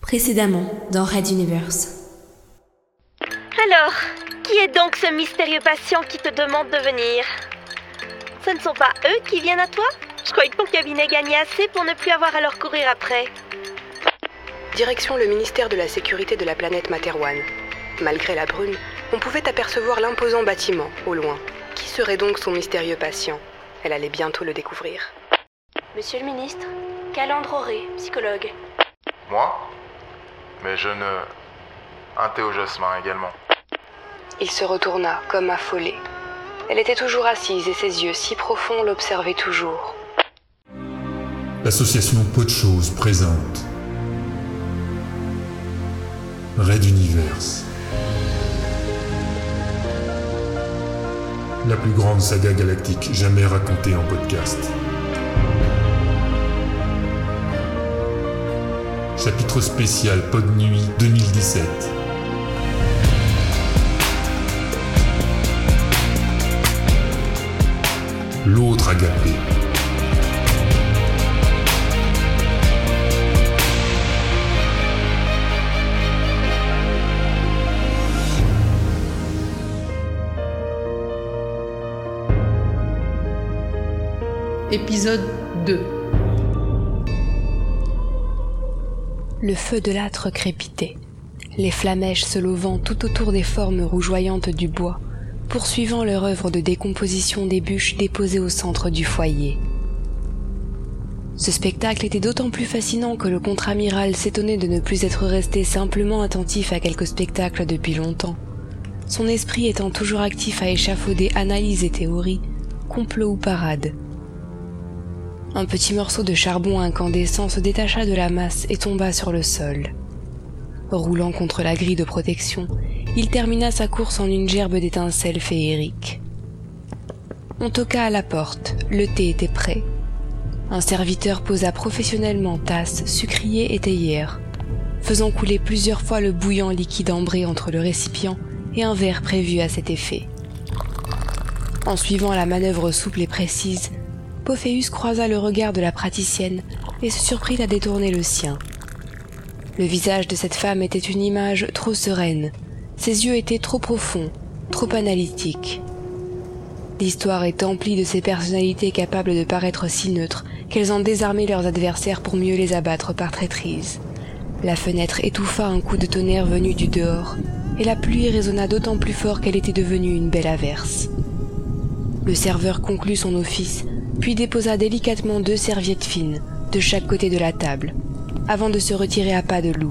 Précédemment dans Red Universe. Alors, qui est donc ce mystérieux patient qui te demande de venir ? Ce ne sont pas eux qui viennent à toi ? Je croyais que ton cabinet gagnait assez pour ne plus avoir à leur courir après. Direction le ministère de la Sécurité de la planète Materwan. Malgré la brume, on pouvait apercevoir l'imposant bâtiment, au loin. Qui serait donc son mystérieux patient ? Elle allait bientôt le découvrir. Monsieur le ministre, Calandre Auré, psychologue. Moi ? Mais je ne... Un Théo Jasmin également. Il se retourna, comme affolé. Elle était toujours assise et ses yeux si profonds l'observaient toujours. L'association Pot de Choses présente Red Universe. La plus grande saga galactique jamais racontée en podcast. Chapitre spécial Pod Nuit 2017. L'autre agapé. Épisode 2. Le feu de l'âtre crépitait, les flamèches se levant tout autour des formes rougeoyantes du bois, poursuivant leur œuvre de décomposition des bûches déposées au centre du foyer. Ce spectacle était d'autant plus fascinant que le contre-amiral s'étonnait de ne plus être resté simplement attentif à quelques spectacles depuis longtemps, son esprit étant toujours actif à échafauder analyses et théories, complots ou parades. Un petit morceau de charbon incandescent se détacha de la masse et tomba sur le sol. Roulant contre la grille de protection, il termina sa course en une gerbe d'étincelles féeriques. On toqua à la porte, le thé était prêt. Un serviteur posa professionnellement tasse, sucrier et théière, faisant couler plusieurs fois le bouillant liquide ambré entre le récipient et un verre prévu à cet effet. En suivant la manœuvre souple et précise, Pophéus croisa le regard de la praticienne et se surprit à détourner le sien. Le visage de cette femme était une image trop sereine, ses yeux étaient trop profonds, trop analytiques. L'histoire est emplie de ces personnalités capables de paraître si neutres qu'elles en désarmaient leurs adversaires pour mieux les abattre par traîtrise. La fenêtre étouffa un coup de tonnerre venu du dehors, et la pluie résonna d'autant plus fort qu'elle était devenue une belle averse. Le serveur conclut son office, puis déposa délicatement 2 serviettes fines, de chaque côté de la table, avant de se retirer à pas de loup.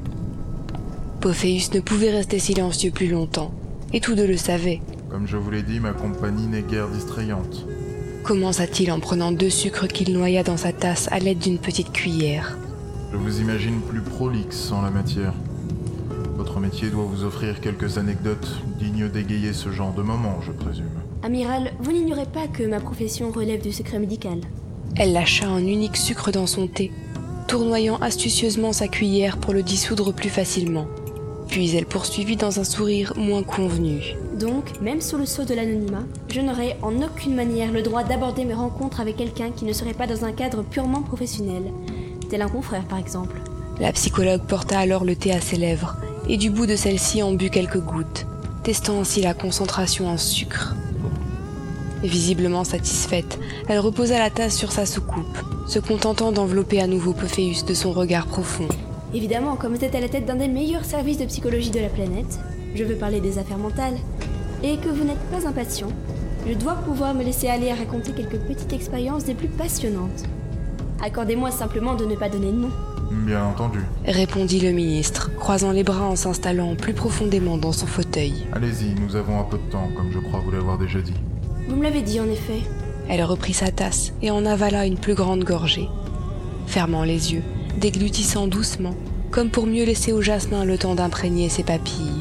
Pophéus ne pouvait rester silencieux plus longtemps, et tous deux le savaient. Comme je vous l'ai dit, ma compagnie n'est guère distrayante. Commença-t-il en prenant 2 sucres qu'il noya dans sa tasse à l'aide d'une petite cuillère. Je vous imagine plus prolixe en la matière. Votre métier doit vous offrir quelques anecdotes dignes d'égayer ce genre de moment, je présume. Amiral, vous n'ignorez pas que ma profession relève du secret médical. Elle lâcha un unique sucre dans son thé, tournoyant astucieusement sa cuillère pour le dissoudre plus facilement. Puis elle poursuivit dans un sourire moins convenu. Donc, même sous le sceau de l'anonymat, je n'aurais en aucune manière le droit d'aborder mes rencontres avec quelqu'un qui ne serait pas dans un cadre purement professionnel, tel un confrère par exemple. La psychologue porta alors le thé à ses lèvres, et du bout de celle-ci en but quelques gouttes, testant ainsi la concentration en sucre. Visiblement satisfaite, elle reposa la tasse sur sa soucoupe, se contentant d'envelopper à nouveau Pophéus de son regard profond. Évidemment, comme vous êtes à la tête d'un des meilleurs services de psychologie de la planète, je veux parler des affaires mentales, et que vous n'êtes pas impatient, je dois pouvoir me laisser aller à raconter quelques petites expériences des plus passionnantes. Accordez-moi simplement de ne pas donner de nom. Bien entendu. Répondit le ministre, croisant les bras en s'installant plus profondément dans son fauteuil. Allez-y, nous avons un peu de temps, comme je crois vous l'avoir déjà dit. Vous me l'avez dit en effet. Elle reprit sa tasse et en avala une plus grande gorgée, fermant les yeux, déglutissant doucement, comme pour mieux laisser au jasmin le temps d'imprégner ses papilles.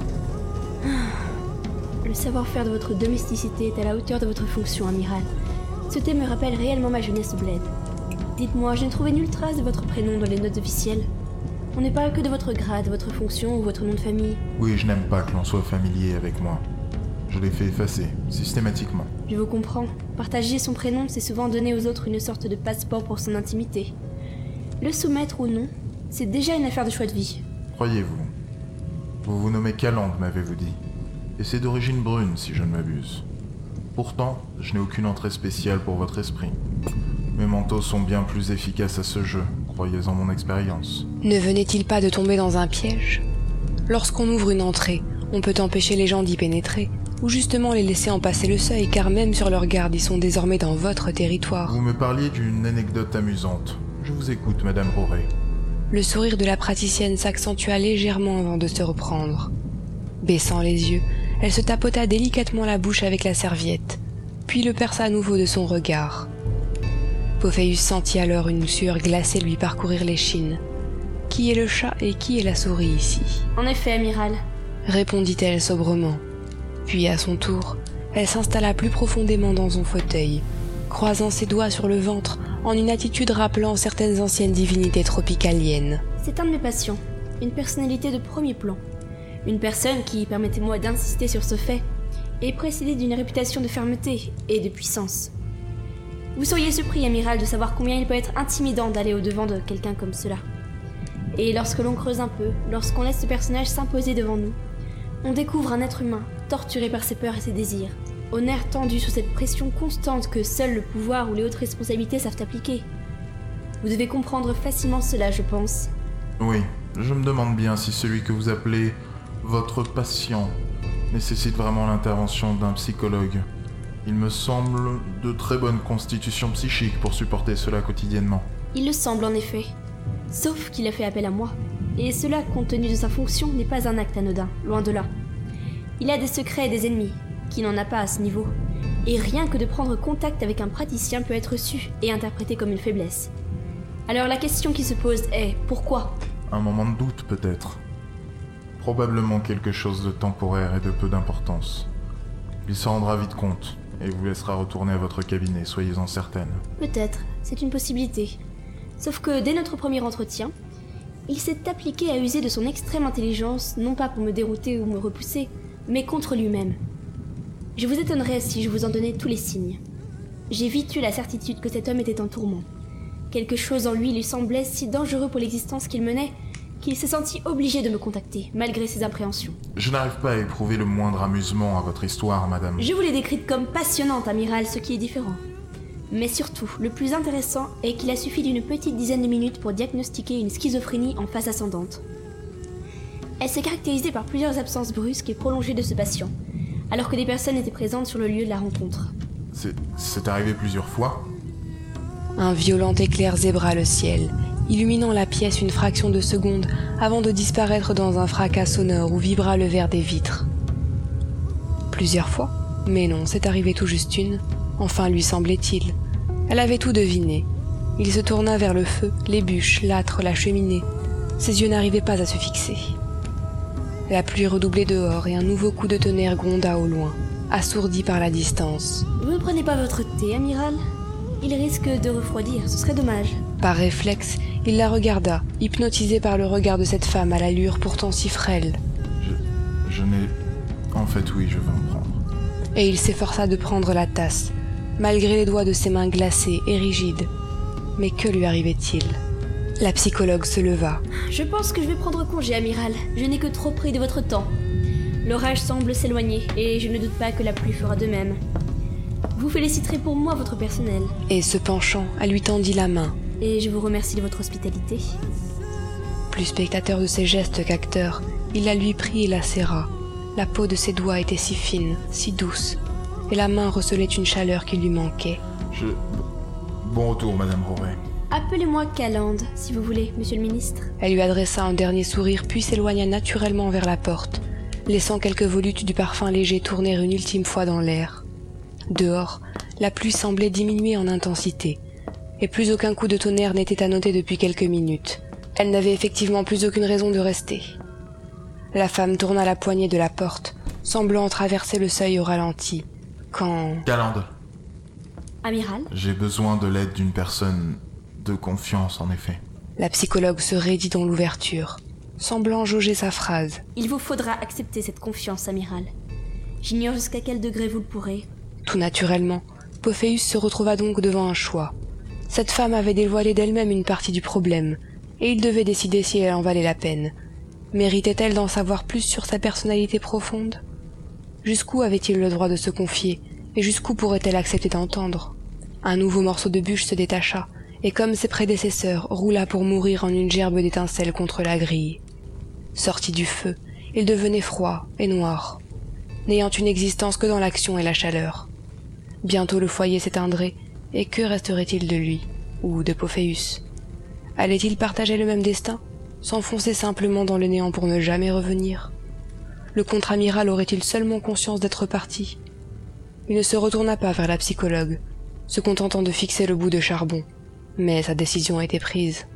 Le savoir-faire de votre domesticité est à la hauteur de votre fonction, amiral. Ce thé me rappelle réellement ma jeunesse au bled. Dites-moi, je n'ai trouvé nulle trace de votre prénom dans les notes officielles. On ne parle que de votre grade, votre fonction ou votre nom de famille. Oui, je n'aime pas que l'on soit familier avec moi. Je l'ai fait effacer, systématiquement. Je vous comprends. Partager son prénom, c'est souvent donner aux autres une sorte de passeport pour son intimité. Le soumettre ou non, C'est déjà une affaire de choix de vie. Croyez-vous. Vous vous nommez Calande, m'avez-vous dit. Et c'est d'origine brune, si je ne m'abuse. Pourtant, je n'ai aucune entrée spéciale pour votre esprit. Mes manteaux sont bien plus efficaces à ce jeu, croyez en mon expérience. Ne venait-il pas de tomber dans un piège ? Lorsqu'on ouvre une entrée, on peut empêcher les gens d'y pénétrer, ou justement les laisser en passer le seuil, car même sur leur garde, ils sont désormais dans votre territoire. Vous me parliez d'une anecdote amusante. Je vous écoute, Madame Roret. Le sourire de la praticienne s'accentua légèrement avant de se reprendre. Baissant les yeux, elle se tapota délicatement la bouche avec la serviette, puis le perça à nouveau de son regard. Pophéus sentit alors une sueur glacée lui parcourir l'échine. « Qui est le chat et qui est la souris ici ?» En effet, amiral. Répondit-elle sobrement. Puis à son tour, elle s'installa plus profondément dans son fauteuil, croisant ses doigts sur le ventre en une attitude rappelant certaines anciennes divinités tropicaliennes. C'est un de mes patients, une personnalité de premier plan. Une personne qui, permettez-moi d'insister sur ce fait, est précédée d'une réputation de fermeté et de puissance. Vous seriez surpris, amiral, de savoir combien il peut être intimidant d'aller au-devant de quelqu'un comme cela. Et lorsque l'on creuse un peu, lorsqu'on laisse ce personnage s'imposer devant nous, on découvre un être humain, torturé par ses peurs et ses désirs, aux nerfs tendus sous cette pression constante que seul le pouvoir ou les hautes responsabilités savent appliquer. Vous devez comprendre facilement cela, je pense. Oui, je me demande bien si celui que vous appelez votre patient nécessite vraiment l'intervention d'un psychologue. Il me semble de très bonne constitution psychique pour supporter cela quotidiennement. Il le semble en effet. Sauf qu'il a fait appel à moi. Et cela, compte tenu de sa fonction, n'est pas un acte anodin, loin de là. Il a des secrets et des ennemis, qui n'en a pas à ce niveau. Et rien que de prendre contact avec un praticien peut être reçu et interprété comme une faiblesse. Alors la question qui se pose est, pourquoi ? Un moment de doute peut-être. Probablement quelque chose de temporaire et de peu d'importance. Il s'en rendra vite compte, et vous laissera retourner à votre cabinet, soyez-en certaine. Peut-être, c'est une possibilité. Sauf que dès notre premier entretien, il s'est appliqué à user de son extrême intelligence, non pas pour me dérouter ou me repousser, mais contre lui-même. Je vous étonnerais si je vous en donnais tous les signes. J'ai vite eu la certitude que cet homme était en tourment. Quelque chose en lui semblait si dangereux pour l'existence qu'il menait, qu'il s'est senti obligé de me contacter, malgré ses appréhensions. Je n'arrive pas à éprouver le moindre amusement à votre histoire, madame. Je vous l'ai décrite comme passionnante, amiral, ce qui est différent. Mais surtout, le plus intéressant est qu'il a suffi d'une petite dizaine de minutes pour diagnostiquer une schizophrénie en phase ascendante. Elle s'est caractérisée par plusieurs absences brusques et prolongées de ce patient, alors que des personnes étaient présentes sur le lieu de la rencontre. C'est arrivé plusieurs fois ? Un violent éclair zébra le ciel, illuminant la pièce une fraction de seconde avant de disparaître dans un fracas sonore où vibra le verre des vitres. Plusieurs fois ? Mais non, c'est arrivé tout juste une. Enfin, lui semblait-il. Elle avait tout deviné. Il se tourna vers le feu, les bûches, l'âtre, la cheminée. Ses yeux n'arrivaient pas à se fixer. La pluie redoublait dehors et un nouveau coup de tonnerre gronda au loin, assourdi par la distance. Vous ne prenez pas votre thé, amiral ? Il risque de refroidir, ce serait dommage. Par réflexe, il la regarda, hypnotisé par le regard de cette femme à l'allure pourtant si frêle. Je n'ai... En fait, oui, je vais en prendre. Et il s'efforça de prendre la tasse, malgré les doigts de ses mains glacées et rigides. Mais que lui arrivait-il ? La psychologue se leva. Je pense que je vais prendre congé, amiral. Je n'ai que trop pris de votre temps. L'orage semble s'éloigner, et je ne doute pas que la pluie fera de même. Vous féliciterez pour moi votre personnel. Et se penchant, elle lui tendit la main. Et je vous remercie de votre hospitalité. Plus spectateur de ses gestes qu'acteur, il la lui prit et la serra. La peau de ses doigts était si fine, si douce, et la main recelait une chaleur qui lui manquait. Bon retour, Madame Roret. Appelez-moi Calande, si vous voulez, monsieur le ministre. Elle lui adressa un dernier sourire puis s'éloigna naturellement vers la porte, laissant quelques volutes du parfum léger tourner une ultime fois dans l'air. Dehors, la pluie semblait diminuer en intensité, et plus aucun coup de tonnerre n'était à noter depuis quelques minutes. Elle n'avait effectivement plus aucune raison de rester. La femme tourna la poignée de la porte, semblant traverser le seuil au ralenti, quand... Calande. Amiral ? J'ai besoin de l'aide d'une personne de confiance, en effet. La psychologue se raidit dans l'ouverture, semblant jauger sa phrase. Il vous faudra accepter cette confiance, amiral. J'ignore jusqu'à quel degré vous le pourrez. Tout naturellement, Pophéus se retrouva donc devant un choix. Cette femme avait dévoilé d'elle-même une partie du problème, et il devait décider si elle en valait la peine. Méritait-elle d'en savoir plus sur sa personnalité profonde? Jusqu'où avait-il le droit de se confier, et jusqu'où pourrait-elle accepter d'entendre? Un nouveau morceau de bûche se détacha, et comme ses prédécesseurs, roula pour mourir en une gerbe d'étincelles contre la grille. Sorti du feu, il devenait froid et noir, n'ayant une existence que dans l'action et la chaleur. Bientôt le foyer s'éteindrait, et que resterait-il de lui, ou de Pophéus? Allait-il partager le même destin, s'enfoncer simplement dans le néant pour ne jamais revenir? Le contre-amiral aurait-il seulement conscience d'être parti? Il ne se retourna pas vers la psychologue, se contentant de fixer le bout de charbon, mais sa décision était prise.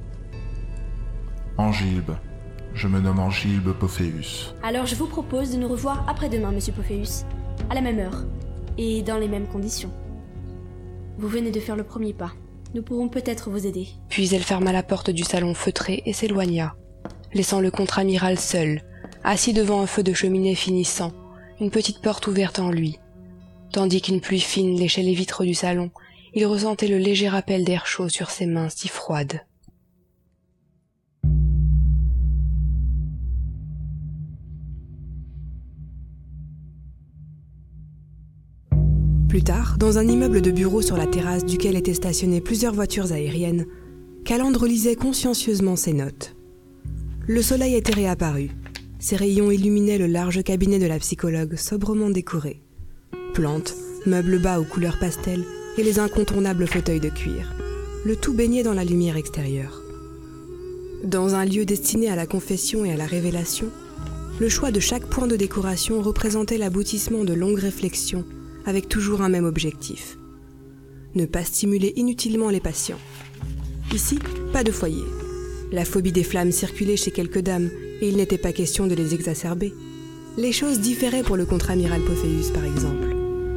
Angilbe. Je me nomme Angilbe Pophéus. Alors je vous propose de nous revoir après-demain, monsieur Pophéus, à la même heure, et dans les mêmes conditions. Vous venez de faire le premier pas. Nous pourrons peut-être vous aider. Puis elle ferma la porte du salon feutré et s'éloigna, laissant le contre-amiral seul, assis devant un feu de cheminée finissant, une petite porte ouverte en lui. Tandis qu'une pluie fine léchait les vitres du salon, il ressentait le léger rappel d'air chaud sur ses mains si froides. Plus tard, dans un immeuble de bureaux sur la terrasse duquel étaient stationnées plusieurs voitures aériennes, Calandre lisait consciencieusement ses notes. Le soleil était réapparu. Ses rayons illuminaient le large cabinet de la psychologue, sobrement décoré. Plantes, meubles bas aux couleurs pastel et les incontournables fauteuils de cuir. Le tout baignait dans la lumière extérieure. Dans un lieu destiné à la confession et à la révélation, le choix de chaque point de décoration représentait l'aboutissement de longues réflexions avec toujours un même objectif. Ne pas stimuler inutilement les patients. Ici, pas de foyer. La phobie des flammes circulait chez quelques dames et il n'était pas question de les exacerber. Les choses différaient pour le contre-amiral Pophéus, par exemple.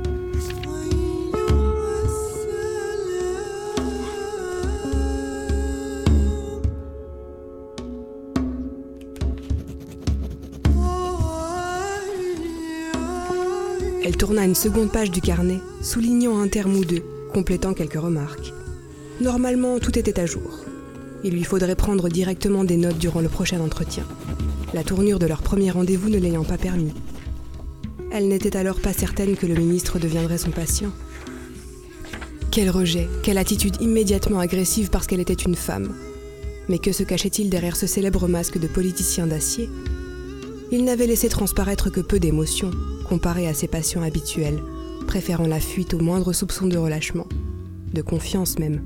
Elle tourna une seconde page du carnet, soulignant un terme ou deux, complétant quelques remarques. Normalement, tout était à jour. Il lui faudrait prendre directement des notes durant le prochain entretien, la tournure de leur premier rendez-vous ne l'ayant pas permis. Elle n'était alors pas certaine que le ministre deviendrait son patient. Quel rejet, quelle attitude immédiatement agressive parce qu'elle était une femme. Mais que se cachait-il derrière ce célèbre masque de politicien d'acier? Il n'avait laissé transparaître que peu d'émotions, comparé à ses patients habituels, préférant la fuite au moindre soupçon de relâchement, de confiance même.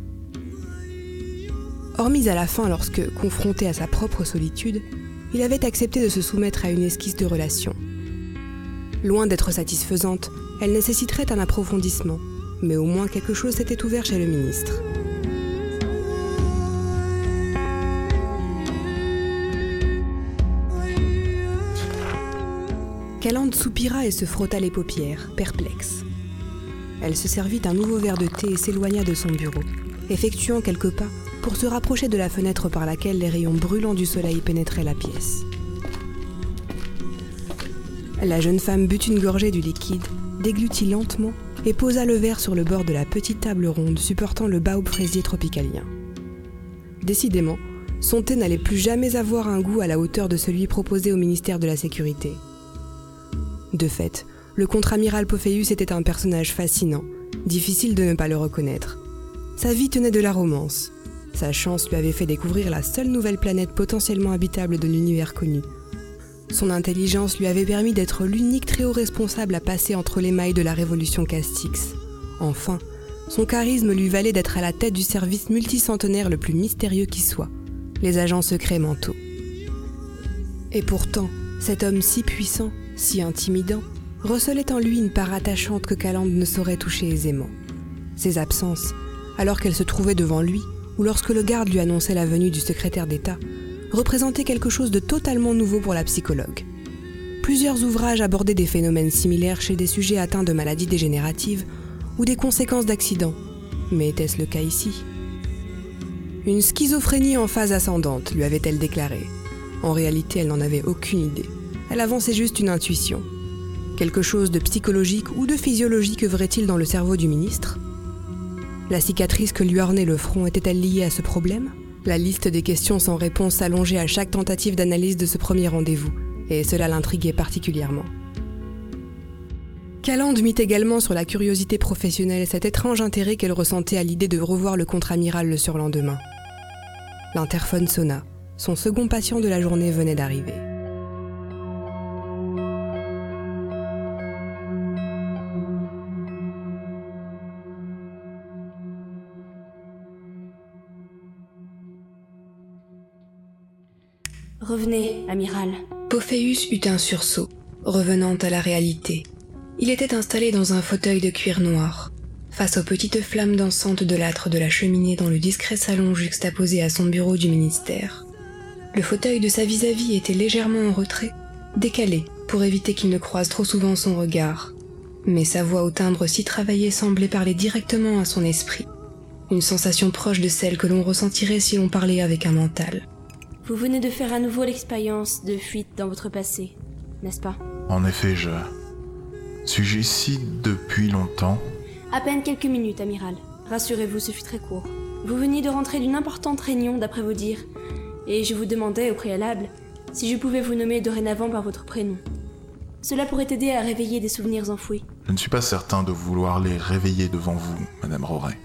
Hormis à la fin lorsque, confronté à sa propre solitude, il avait accepté de se soumettre à une esquisse de relation. Loin d'être satisfaisante, elle nécessiterait un approfondissement, mais au moins quelque chose s'était ouvert chez le ministre. Calandre soupira et se frotta les paupières, perplexe. Elle se servit un nouveau verre de thé et s'éloigna de son bureau, effectuant quelques pas pour se rapprocher de la fenêtre par laquelle les rayons brûlants du soleil pénétraient la pièce. La jeune femme but une gorgée du liquide, déglutit lentement et posa le verre sur le bord de la petite table ronde supportant le baobab fraisier tropicalien. Décidément, son thé n'allait plus jamais avoir un goût à la hauteur de celui proposé au ministère de la Sécurité. De fait, le contre-amiral Pophéus était un personnage fascinant, difficile de ne pas le reconnaître. Sa vie tenait de la romance. Sa chance lui avait fait découvrir la seule nouvelle planète potentiellement habitable de l'univers connu. Son intelligence lui avait permis d'être l'unique très haut responsable à passer entre les mailles de la révolution Castix. Enfin, son charisme lui valait d'être à la tête du service multicentenaire le plus mystérieux qui soit, les agents secrets mentaux. Et pourtant, cet homme si puissant, si intimidant, recelait en lui une part attachante que Calandre ne saurait toucher aisément. Ses absences, alors qu'elle se trouvait devant lui, ou lorsque le garde lui annonçait la venue du secrétaire d'État, représentaient quelque chose de totalement nouveau pour la psychologue. Plusieurs ouvrages abordaient des phénomènes similaires chez des sujets atteints de maladies dégénératives ou des conséquences d'accidents, mais était-ce le cas ici? Une schizophrénie en phase ascendante, lui avait-elle déclaré. En réalité, elle n'en avait aucune idée. Elle avançait juste une intuition. Quelque chose de psychologique ou de physiologique œuvrait-il dans le cerveau du ministre? La cicatrice que lui ornait le front était-elle liée à ce problème? La liste des questions sans réponse s'allongeait à chaque tentative d'analyse de ce premier rendez-vous, et cela l'intriguait particulièrement. Calande mit également sur la curiosité professionnelle cet étrange intérêt qu'elle ressentait à l'idée de revoir le contre-amiral le surlendemain. L'interphone sonna. Son second patient de la journée venait d'arriver. Revenez, amiral. Pophéus eut un sursaut, revenant à la réalité. Il était installé dans un fauteuil de cuir noir, face aux petites flammes dansantes de l'âtre de la cheminée dans le discret salon juxtaposé à son bureau du ministère. Le fauteuil de sa vis-à-vis était légèrement en retrait, décalé pour éviter qu'il ne croise trop souvent son regard. Mais sa voix au timbre si travaillé semblait parler directement à son esprit. Une sensation proche de celle que l'on ressentirait si l'on parlait avec un mental. Vous venez de faire à nouveau l'expérience de fuite dans votre passé, n'est-ce pas? En effet, suis-je ici depuis longtemps? À peine quelques minutes, amiral. Rassurez-vous, ce fut très court. Vous veniez de rentrer d'une importante réunion, d'après vos dires, et je vous demandais au préalable si je pouvais vous nommer dorénavant par votre prénom. Cela pourrait aider à réveiller des souvenirs enfouis. Je ne suis pas certain de vouloir les réveiller devant vous, Madame Roret.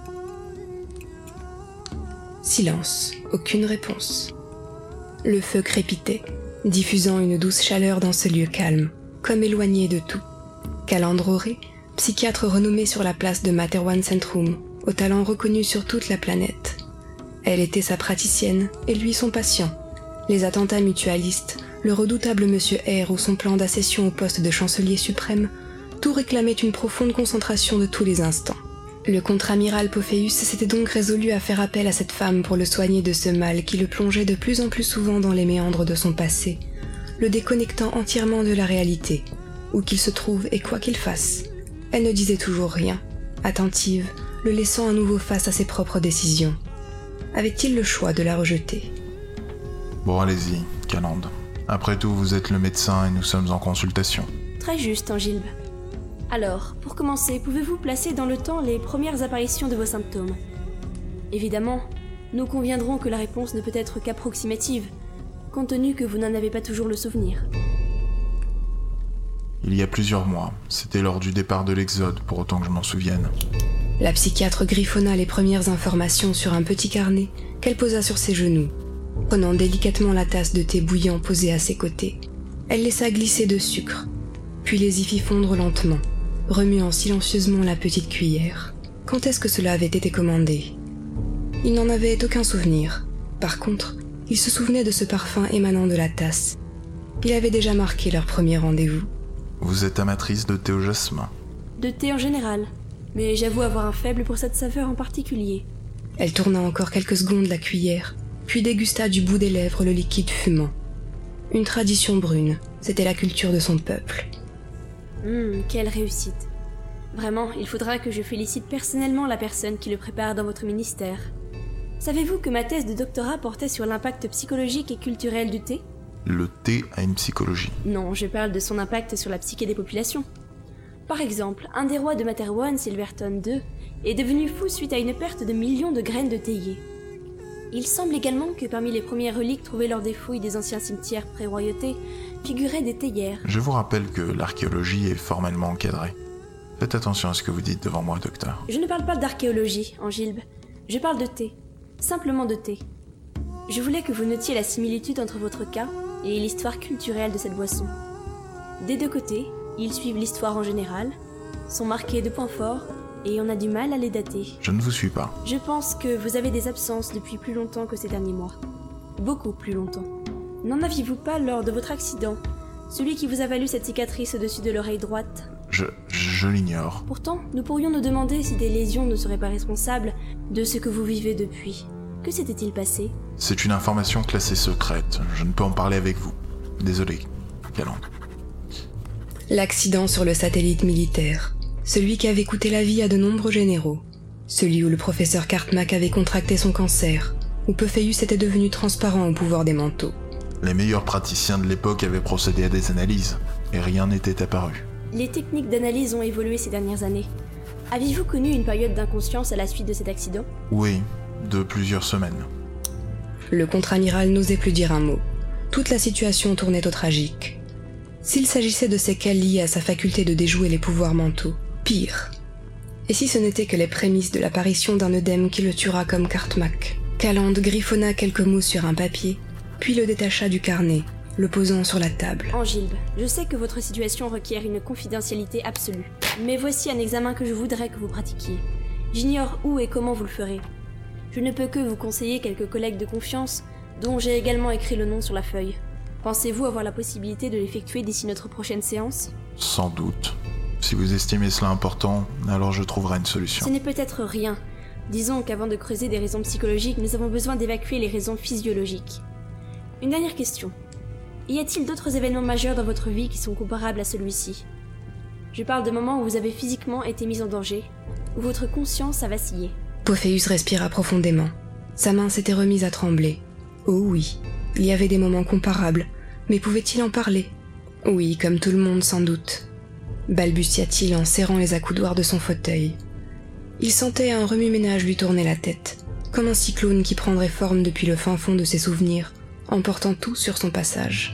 Silence, aucune réponse. Le feu crépitait, diffusant une douce chaleur dans ce lieu calme, comme éloigné de tout. Calande Roret, psychiatre renommé sur la place de Materwan Centrum, au talent reconnu sur toute la planète. Elle était sa praticienne, et lui son patient. Les attentats mutualistes, le redoutable Monsieur R ou son plan d'accession au poste de chancelier suprême, tout réclamait une profonde concentration de tous les instants. Le contre-amiral Pophéus s'était donc résolu à faire appel à cette femme pour le soigner de ce mal qui le plongeait de plus en plus souvent dans les méandres de son passé, le déconnectant entièrement de la réalité, où qu'il se trouve et quoi qu'il fasse. Elle ne disait toujours rien, attentive, le laissant à nouveau face à ses propres décisions. Avait-il le choix de la rejeter? Bon, allez-y, Calande. Après tout, vous êtes le médecin et nous sommes en consultation. Très juste, Angilbe. Alors, pour commencer, pouvez-vous placer dans le temps les premières apparitions de vos symptômes? Évidemment, nous conviendrons que la réponse ne peut être qu'approximative, compte tenu que vous n'en avez pas toujours le souvenir. Il y a plusieurs mois, c'était lors du départ de l'Exode, pour autant que je m'en souvienne. La psychiatre griffonna les premières informations sur un petit carnet qu'elle posa sur ses genoux, prenant délicatement la tasse de thé bouillant posée à ses côtés. Elle laissa glisser de sucre, puis les y fit fondre lentement, remuant silencieusement la petite cuillère. Quand est-ce que cela avait été commandé? Il n'en avait aucun souvenir. Par contre, il se souvenait de ce parfum émanant de la tasse. Il avait déjà marqué leur premier rendez-vous. Vous êtes amatrice de thé au jasmin? De thé en général, mais j'avoue avoir un faible pour cette saveur en particulier. Elle tourna encore quelques secondes la cuillère, puis dégusta du bout des lèvres le liquide fumant. Une tradition brune, c'était la culture de son peuple. Quelle réussite. Vraiment, il faudra que je félicite personnellement la personne qui le prépare dans votre ministère. Savez-vous que ma thèse de doctorat portait sur l'impact psychologique et culturel du thé? Le thé a une psychologie. Non, je parle de son impact sur la psyché des populations. Par exemple, un des rois de Materwan, Silverton II, est devenu fou suite à une perte de millions de graines de théier. Il semble également que parmi les premières reliques trouvées lors des fouilles des anciens cimetières pré-royauté figuraient des théières. Je vous rappelle que l'archéologie est formellement encadrée. Faites attention à ce que vous dites devant moi, docteur. Je ne parle pas d'archéologie, Angilbe. Je parle de thé. Simplement de thé. Je voulais que vous notiez la similitude entre votre cas et l'histoire culturelle de cette boisson. Des deux côtés, ils suivent l'histoire en général, sont marqués de points forts, et on a du mal à les dater. Je ne vous suis pas. Je pense que vous avez des absences depuis plus longtemps que ces derniers mois. Beaucoup plus longtemps. N'en aviez-vous pas lors de votre accident, celui qui vous a valu cette cicatrice au-dessus de l'oreille droite? Je l'ignore. Pourtant, nous pourrions nous demander si des lésions ne seraient pas responsables de ce que vous vivez depuis. Que s'était-il passé? C'est une information classée secrète. Je ne peux en parler avec vous. Désolé, Calande. L'accident sur le satellite militaire. Celui qui avait coûté la vie à de nombreux généraux. Celui où le professeur Cartmack avait contracté son cancer. Où Pophéus était devenu transparent au pouvoir des manteaux. Les meilleurs praticiens de l'époque avaient procédé à des analyses, et rien n'était apparu. Les techniques d'analyse ont évolué ces dernières années. Aviez-vous connu une période d'inconscience à la suite de cet accident? Oui, de plusieurs semaines. Le contre-amiral n'osait plus dire un mot. Toute la situation tournait au tragique. S'il s'agissait de séquelles liées à sa faculté de déjouer les pouvoirs mentaux, pire. Et si ce n'était que les prémices de l'apparition d'un œdème qui le tuera comme Cartmack? Calland griffonna quelques mots sur un papier, puis le détacha du carnet, le posant sur la table. Angilbe, je sais que votre situation requiert une confidentialité absolue, mais voici un examen que je voudrais que vous pratiquiez. J'ignore où et comment vous le ferez. Je ne peux que vous conseiller quelques collègues de confiance, dont j'ai également écrit le nom sur la feuille. Pensez-vous avoir la possibilité de l'effectuer d'ici notre prochaine séance? Sans doute. Si vous estimez cela important, alors je trouverai une solution. Ce n'est peut-être rien. Disons qu'avant de creuser des raisons psychologiques, nous avons besoin d'évacuer les raisons physiologiques. Une dernière question. Y a-t-il d'autres événements majeurs dans votre vie qui sont comparables à celui-ci? Je parle de moments où vous avez physiquement été mis en danger, où votre conscience a vacillé. Pophéus respira profondément. Sa main s'était remise à trembler. Oh oui, il y avait des moments comparables, mais pouvait-il en parler? Oui, comme tout le monde sans doute. Balbutia-t-il en serrant les accoudoirs de son fauteuil. Il sentait un remue-ménage lui tourner la tête, comme un cyclone qui prendrait forme depuis le fin fond de ses souvenirs, emportant tout sur son passage.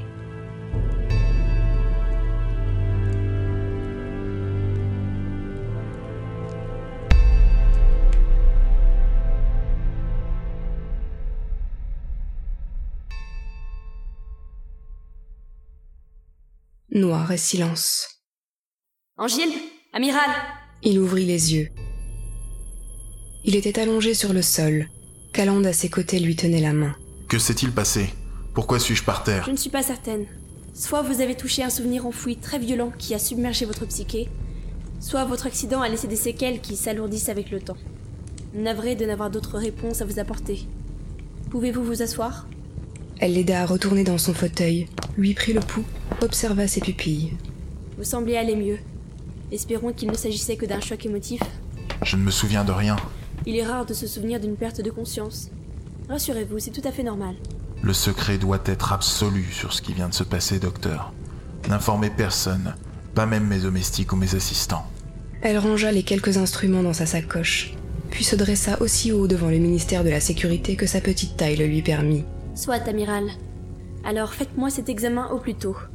Noir et silence. Angilbe, amiral! Il ouvrit les yeux. Il était allongé sur le sol. Calland à ses côtés lui tenait la main. Que s'est-il passé? Pourquoi suis-je par terre? Je ne suis pas certaine. Soit vous avez touché un souvenir enfoui très violent qui a submergé votre psyché, soit votre accident a laissé des séquelles qui s'alourdissent avec le temps. Navré de n'avoir d'autres réponses à vous apporter. Pouvez-vous vous asseoir? Elle l'aida à retourner dans son fauteuil, lui prit le pouls, observa ses pupilles. Vous semblez aller mieux. Espérons qu'il ne s'agissait que d'un choc émotif. Je ne me souviens de rien. Il est rare de se souvenir d'une perte de conscience. Rassurez-vous, c'est tout à fait normal. Le secret doit être absolu sur ce qui vient de se passer, docteur. N'informez personne, pas même mes domestiques ou mes assistants. Elle rangea les quelques instruments dans sa sacoche, puis se dressa aussi haut devant le ministère de la Sécurité que sa petite taille le lui permit. Soit, amiral. Alors faites-moi cet examen au plus tôt.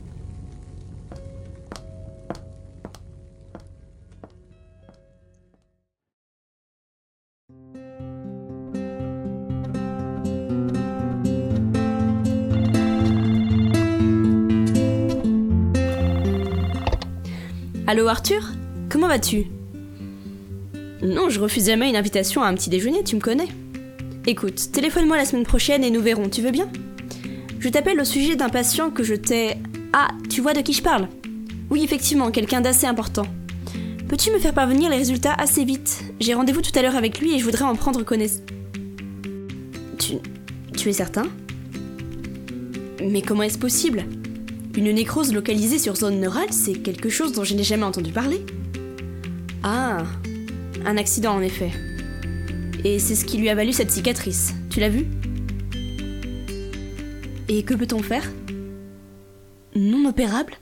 Allô Arthur? Comment vas-tu? Non, je refuse jamais une invitation à un petit déjeuner, tu me connais. Écoute, téléphone-moi la semaine prochaine et nous verrons, tu veux bien? Je t'appelle au sujet d'un patient que je t'ai... Ah, tu vois de qui je parle? Oui, effectivement, quelqu'un d'assez important. Peux-tu me faire parvenir les résultats assez vite? J'ai rendez-vous tout à l'heure avec lui et je voudrais en prendre connaissance. Tu es certain? Mais comment est-ce possible? Une nécrose localisée sur zone neurale, c'est quelque chose dont je n'ai jamais entendu parler. Ah, un accident en effet. Et c'est ce qui lui a valu cette cicatrice. Tu l'as vu? Et que peut-on faire? Non opérable?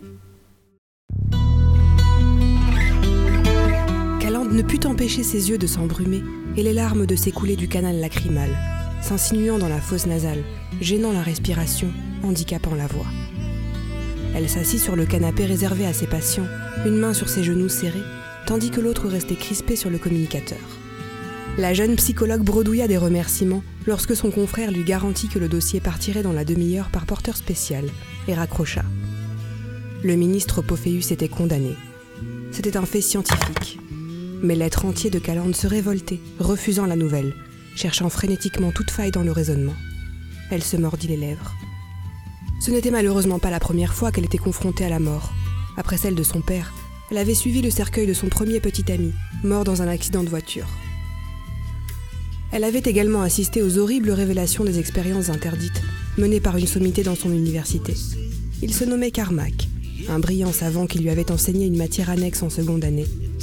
Calland ne put empêcher ses yeux de s'embrumer et les larmes de s'écouler du canal lacrymal, s'insinuant dans la fosse nasale, gênant la respiration, handicapant la voix. Elle s'assit sur le canapé réservé à ses patients, une main sur ses genoux serrés, tandis que l'autre restait crispée sur le communicateur. La jeune psychologue bredouilla des remerciements lorsque son confrère lui garantit que le dossier partirait dans la demi-heure par porteur spécial, et raccrocha. Le ministre Pophéus était condamné. C'était un fait scientifique. Mais l'être entier de Calland se révoltait, refusant la nouvelle, cherchant frénétiquement toute faille dans le raisonnement. Elle se mordit les lèvres. Ce n'était malheureusement pas la première fois qu'elle était confrontée à la mort. Après celle de son père, elle avait suivi le cercueil de son premier petit ami, mort dans un accident de voiture. Elle avait également assisté aux horribles révélations des expériences interdites, menées par une sommité dans son université. Il se nommait Carmack, un brillant savant qui lui avait enseigné une matière annexe en seconde année.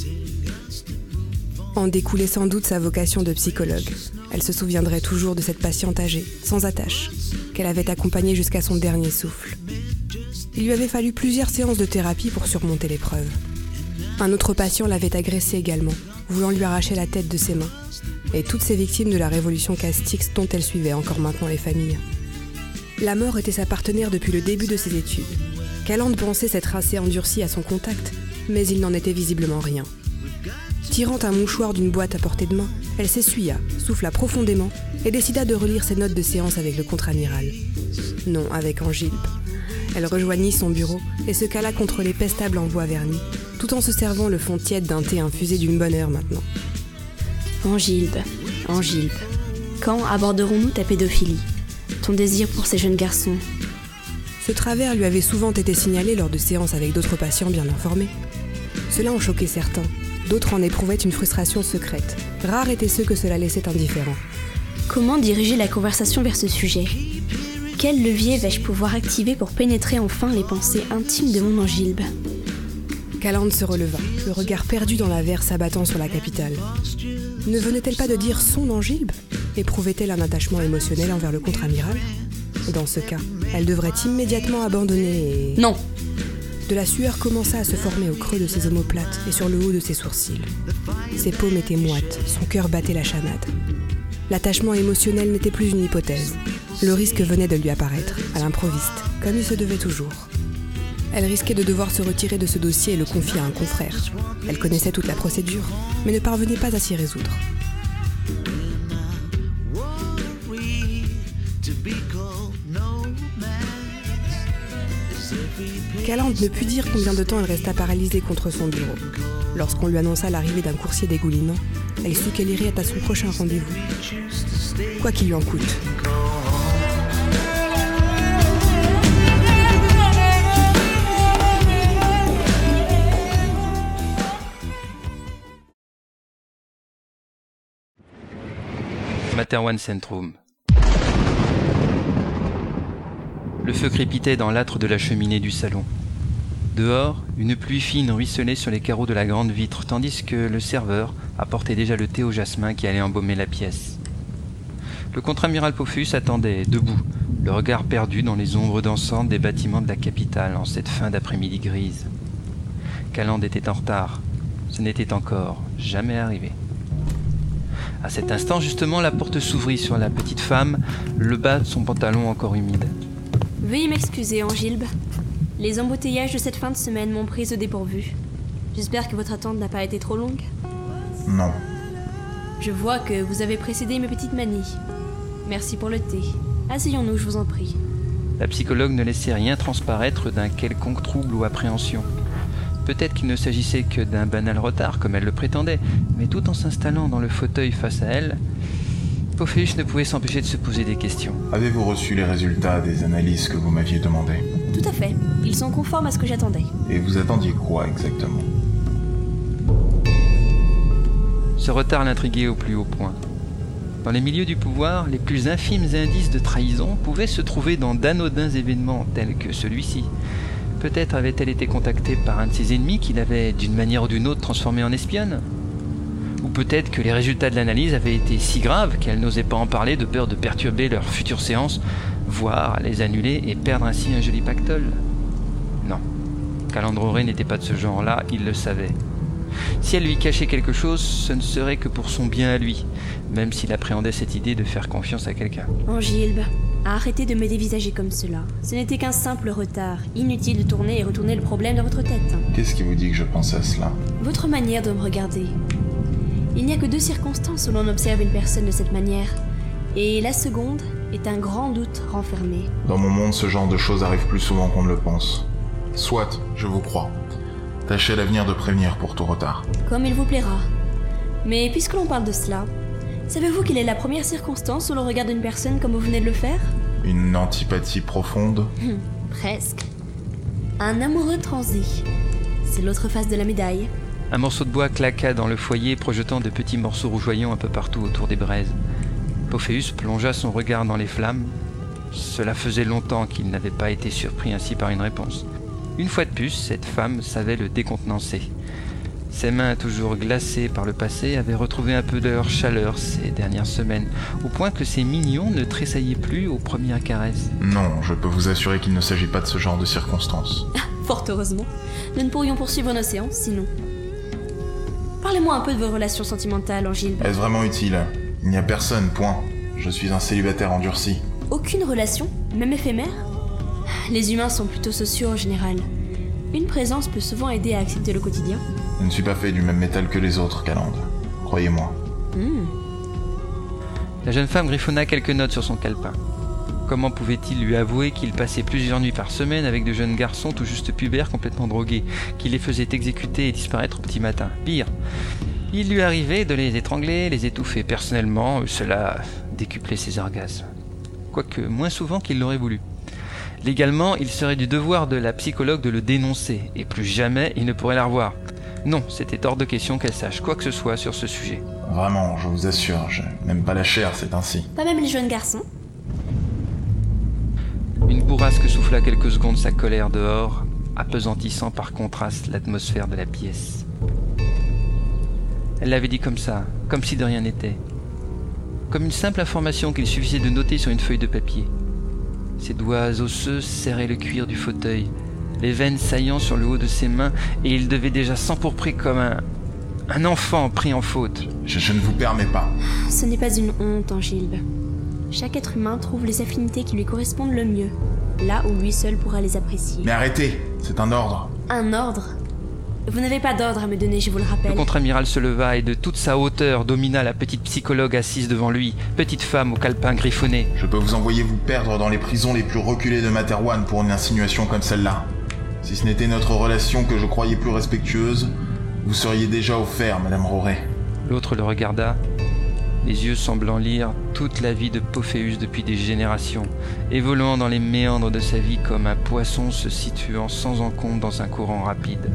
En découlait sans doute sa vocation de psychologue. Elle se souviendrait toujours de cette patiente âgée, sans attache, qu'elle avait accompagnée jusqu'à son dernier souffle. Il lui avait fallu plusieurs séances de thérapie pour surmonter l'épreuve. Un autre patient l'avait agressée également, voulant lui arracher la tête de ses mains. et toutes ces victimes de la révolution Castix dont elle suivait encore maintenant les familles. La mort était sa partenaire depuis le début de ses études. Calande pensait s'être assez endurcie à son contact, mais il n'en était visiblement rien. Tirant un mouchoir d'une boîte à portée de main, elle s'essuya, souffla profondément et décida de relire ses notes de séance avec le contre-amiral. Non, avec Angilbe. Elle rejoignit son bureau et se cala contre l'épaisse table en bois verni, tout en se servant le fond tiède d'un thé infusé d'une bonne heure maintenant. Angilbe, quand aborderons-nous ta pédophilie? Ton désir pour ces jeunes garçons? Ce travers lui avait souvent été signalé lors de séances avec d'autres patients bien informés. Cela en choquait certains, d'autres en éprouvaient une frustration secrète. Rares étaient ceux que cela laissait indifférents. Comment diriger la conversation vers ce sujet? Quel levier vais-je pouvoir activer pour pénétrer enfin les pensées intimes de mon Angilbe? Calande se releva, le regard perdu dans l'averse s'abattant sur la capitale. Ne venait-elle pas de dire son Angilbe? Éprouvait-elle un attachement émotionnel envers le contre-amiral? Dans ce cas, elle devrait immédiatement abandonner et... Non! De la sueur commença à se former au creux de ses omoplates et sur le haut de ses sourcils. Ses paumes étaient moites, son cœur battait la chamade. L'attachement émotionnel n'était plus une hypothèse. Le risque venait de lui apparaître, à l'improviste, comme il se devait toujours. Elle risquait de devoir se retirer de ce dossier et le confier à un confrère. Elle connaissait toute la procédure, mais ne parvenait pas à s'y résoudre. Calande ne put dire combien de temps elle resta paralysée contre son bureau. Lorsqu'on lui annonça l'arrivée d'un coursier dégoulinant, elle sut qu'elle irait à son prochain rendez-vous. Quoi qu'il lui en coûte. Materwan Centrum. Le feu crépitait dans l'âtre de la cheminée du salon. Dehors, une pluie fine ruisselait sur les carreaux de la grande vitre, tandis que le serveur apportait déjà le thé au jasmin qui allait embaumer la pièce. Le contre-amiral Pophéus attendait, debout, le regard perdu dans les ombres dansantes des bâtiments de la capitale en cette fin d'après-midi grise. Calande était en retard. Ce n'était encore jamais arrivé. À cet instant, justement, la porte s'ouvrit sur la petite femme, le bas de son pantalon encore humide. Veuillez m'excuser, Angilbe. Les embouteillages de cette fin de semaine m'ont prise au dépourvu. J'espère que votre attente n'a pas été trop longue. Non. Je vois que vous avez précédé mes petites manies. Merci pour le thé. Asseyons-nous, je vous en prie. La psychologue ne laissait rien transparaître d'un quelconque trouble ou appréhension. Peut-être qu'il ne s'agissait que d'un banal retard, comme elle le prétendait, mais tout en s'installant dans le fauteuil face à elle, Pophéus ne pouvait s'empêcher de se poser des questions. Avez-vous reçu les résultats des analyses que vous m'aviez demandées? Tout à fait. Ils sont conformes à ce que j'attendais. Et vous attendiez quoi exactement? Ce retard l'intriguait au plus haut point. Dans les milieux du pouvoir, les plus infimes indices de trahison pouvaient se trouver dans d'anodins événements tels que celui-ci. Peut-être avait-elle été contactée par un de ses ennemis qui l'avait, d'une manière ou d'une autre, transformée en espionne. Ou peut-être que les résultats de l'analyse avaient été si graves qu'elle n'osait pas en parler de peur de perturber leur future séance, voire les annuler et perdre ainsi un joli pactole. Non, Calande Roret n'était pas de ce genre-là, il le savait. Si elle lui cachait quelque chose, ce ne serait que pour son bien à lui, même s'il appréhendait cette idée de faire confiance à quelqu'un. Angilbe, arrêtez de me dévisager comme cela. Ce n'était qu'un simple retard. Inutile de tourner et retourner le problème dans votre tête. Qu'est-ce qui vous dit que je pense à cela? Votre manière de me regarder. Il n'y a que 2 circonstances où l'on observe une personne de cette manière. Et la seconde est un grand doute renfermé. Dans mon monde, ce genre de choses arrive plus souvent qu'on ne le pense. Soit, je vous crois. Tâchez à l'avenir de prévenir pour tout retard. Comme il vous plaira. Mais puisque l'on parle de cela, savez-vous quelle est la première circonstance où l'on regarde une personne comme vous venez de le faire? Une antipathie profonde? Presque. Un amoureux transi. C'est l'autre face de la médaille. Un morceau de bois claqua dans le foyer, projetant de petits morceaux rougeoyants un peu partout autour des braises. Pophéus plongea son regard dans les flammes. Cela faisait longtemps qu'il n'avait pas été surpris ainsi par une réponse. Une fois de plus, cette femme savait le décontenancer. Ses mains, toujours glacées par le passé, avaient retrouvé un peu de leur chaleur ces dernières semaines, au point que ses mignons ne tressaillaient plus aux premières caresses. Non, je peux vous assurer qu'il ne s'agit pas de ce genre de circonstances. Fort heureusement. Nous ne pourrions poursuivre nos séances, sinon. Parlez-moi un peu de vos relations sentimentales, Angilbe. Est-ce vraiment utile? Il n'y a personne, point. Je suis un célibataire endurci. Aucune relation, même éphémère? Les humains sont plutôt sociaux en général. Une présence peut souvent aider à accepter le quotidien. Je ne suis pas fait du même métal que les autres, Calandre. Croyez-moi. La jeune femme griffonna quelques notes sur son calepin. Comment pouvait-il lui avouer qu'il passait plusieurs nuits par semaine avec de jeunes garçons tout juste pubères complètement drogués, qui les faisaient exécuter et disparaître au petit matin? Pire, il lui arrivait de les étrangler, les étouffer. Personnellement, cela décuplait ses orgasmes. Quoique moins souvent qu'il l'aurait voulu. Légalement, il serait du devoir de la psychologue de le dénoncer, et plus jamais il ne pourrait la revoir. Non, c'était hors de question qu'elle sache quoi que ce soit sur ce sujet. Vraiment, je vous assure, je n'aime pas la chair, c'est ainsi. Pas même les jeunes garçons? Une bourrasque souffla quelques secondes sa colère dehors, apesantissant par contraste l'atmosphère de la pièce. Elle l'avait dit comme ça, comme si de rien n'était. Comme une simple information qu'il suffisait de noter sur une feuille de papier. Ses doigts osseux serraient le cuir du fauteuil, les veines saillant sur le haut de ses mains, et il devait déjà s'empourprer comme un enfant pris en faute. Je ne vous permets pas. Ce n'est pas une honte, Angilbe. Chaque être humain trouve les affinités qui lui correspondent le mieux, là où lui seul pourra les apprécier. Mais arrêtez, c'est un ordre. Un ordre? Vous n'avez pas d'ordre à me donner, je vous le rappelle. Le contre-amiral se leva et de toute sa hauteur domina la petite psychologue assise devant lui, petite femme au calepin griffonné. Je peux vous envoyer vous perdre dans les prisons les plus reculées de Materwan pour une insinuation comme celle-là. Si ce n'était notre relation que je croyais plus respectueuse, vous seriez déjà au fer, Madame Roret. L'autre le regarda, les yeux semblant lire toute la vie de Pophéus depuis des générations, évoluant dans les méandres de sa vie comme un poisson se situant sans encombre dans un courant rapide.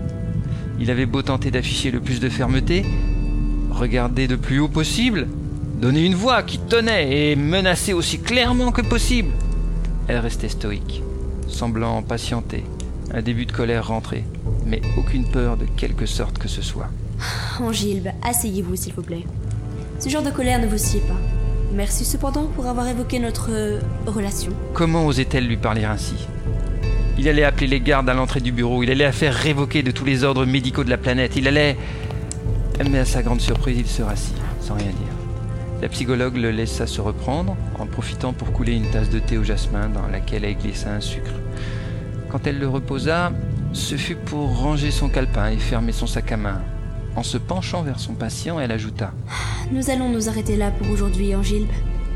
Il avait beau tenter d'afficher le plus de fermeté, regarder de plus haut possible, donner une voix qui tenait et menacer aussi clairement que possible. Elle restait stoïque, semblant patienter, un début de colère rentré, mais aucune peur de quelque sorte que ce soit. Angilbe, asseyez-vous s'il vous plaît. Ce genre de colère ne vous sied pas. Merci cependant pour avoir évoqué notre relation. Comment osait-elle lui parler ainsi? Il allait appeler les gardes à l'entrée du bureau, il allait la faire révoquer de tous les ordres médicaux de la planète, il allait... Mais à sa grande surprise, il se rassit, sans rien dire. La psychologue le laissa se reprendre, en profitant pour couler une tasse de thé au jasmin dans laquelle elle glissa un sucre. Quand elle le reposa, ce fut pour ranger son calepin et fermer son sac à main. En se penchant vers son patient, elle ajouta: Nous allons nous arrêter là pour aujourd'hui, Angilbe.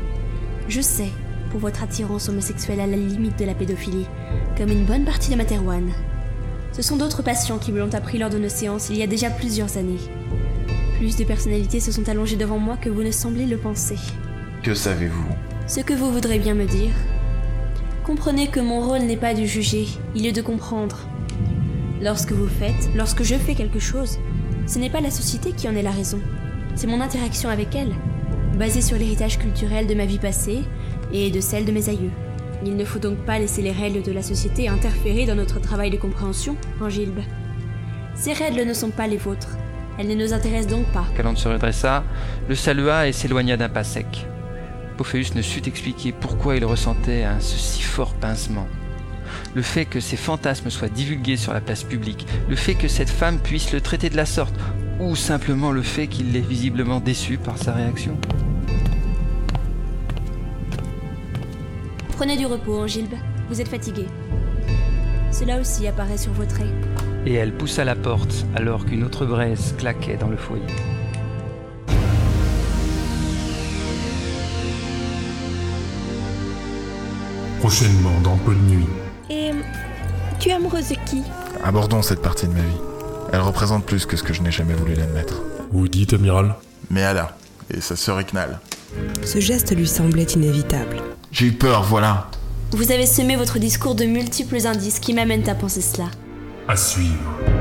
Je sais, pour votre attirance homosexuelle à la limite de la pédophilie, comme une bonne partie de Materwan. Ce sont d'autres patients qui me l'ont appris lors de nos séances il y a déjà plusieurs années. Plus de personnalités se sont allongées devant moi que vous ne semblez le penser. Que savez-vous? Ce que vous voudrez bien me dire. Comprenez que mon rôle n'est pas de juger, il est de comprendre. Lorsque je fais quelque chose, ce n'est pas la société qui en est la raison. C'est mon interaction avec elle, basée sur l'héritage culturel de ma vie passée et de celle de mes aïeux. Il ne faut donc pas laisser les règles de la société interférer dans notre travail de compréhension, Angilbe. Ces règles ne sont pas les vôtres. Elles ne nous intéressent donc pas. Calandre se redressa, le salua et s'éloigna d'un pas sec. Pophéus ne sut expliquer pourquoi il ressentait un si fort pincement. Le fait que ses fantasmes soient divulgués sur la place publique, le fait que cette femme puisse le traiter de la sorte, ou simplement le fait qu'il l'ait visiblement déçu par sa réaction. Prenez du repos, Angilbe. Vous êtes fatigué. Cela aussi apparaît sur vos traits. Et elle poussa la porte alors qu'une autre braise claquait dans le foyer. Prochainement dans Peu de Nuit. Et tu es amoureuse de qui? Abordons cette partie de ma vie. Elle représente plus que ce que je n'ai jamais voulu l'admettre. Vous dites, amiral? Méala et sa sœur Eknal. Ce geste lui semblait inévitable. J'ai eu peur, voilà. Vous avez semé votre discours de multiples indices qui m'amènent à penser cela. À suivre.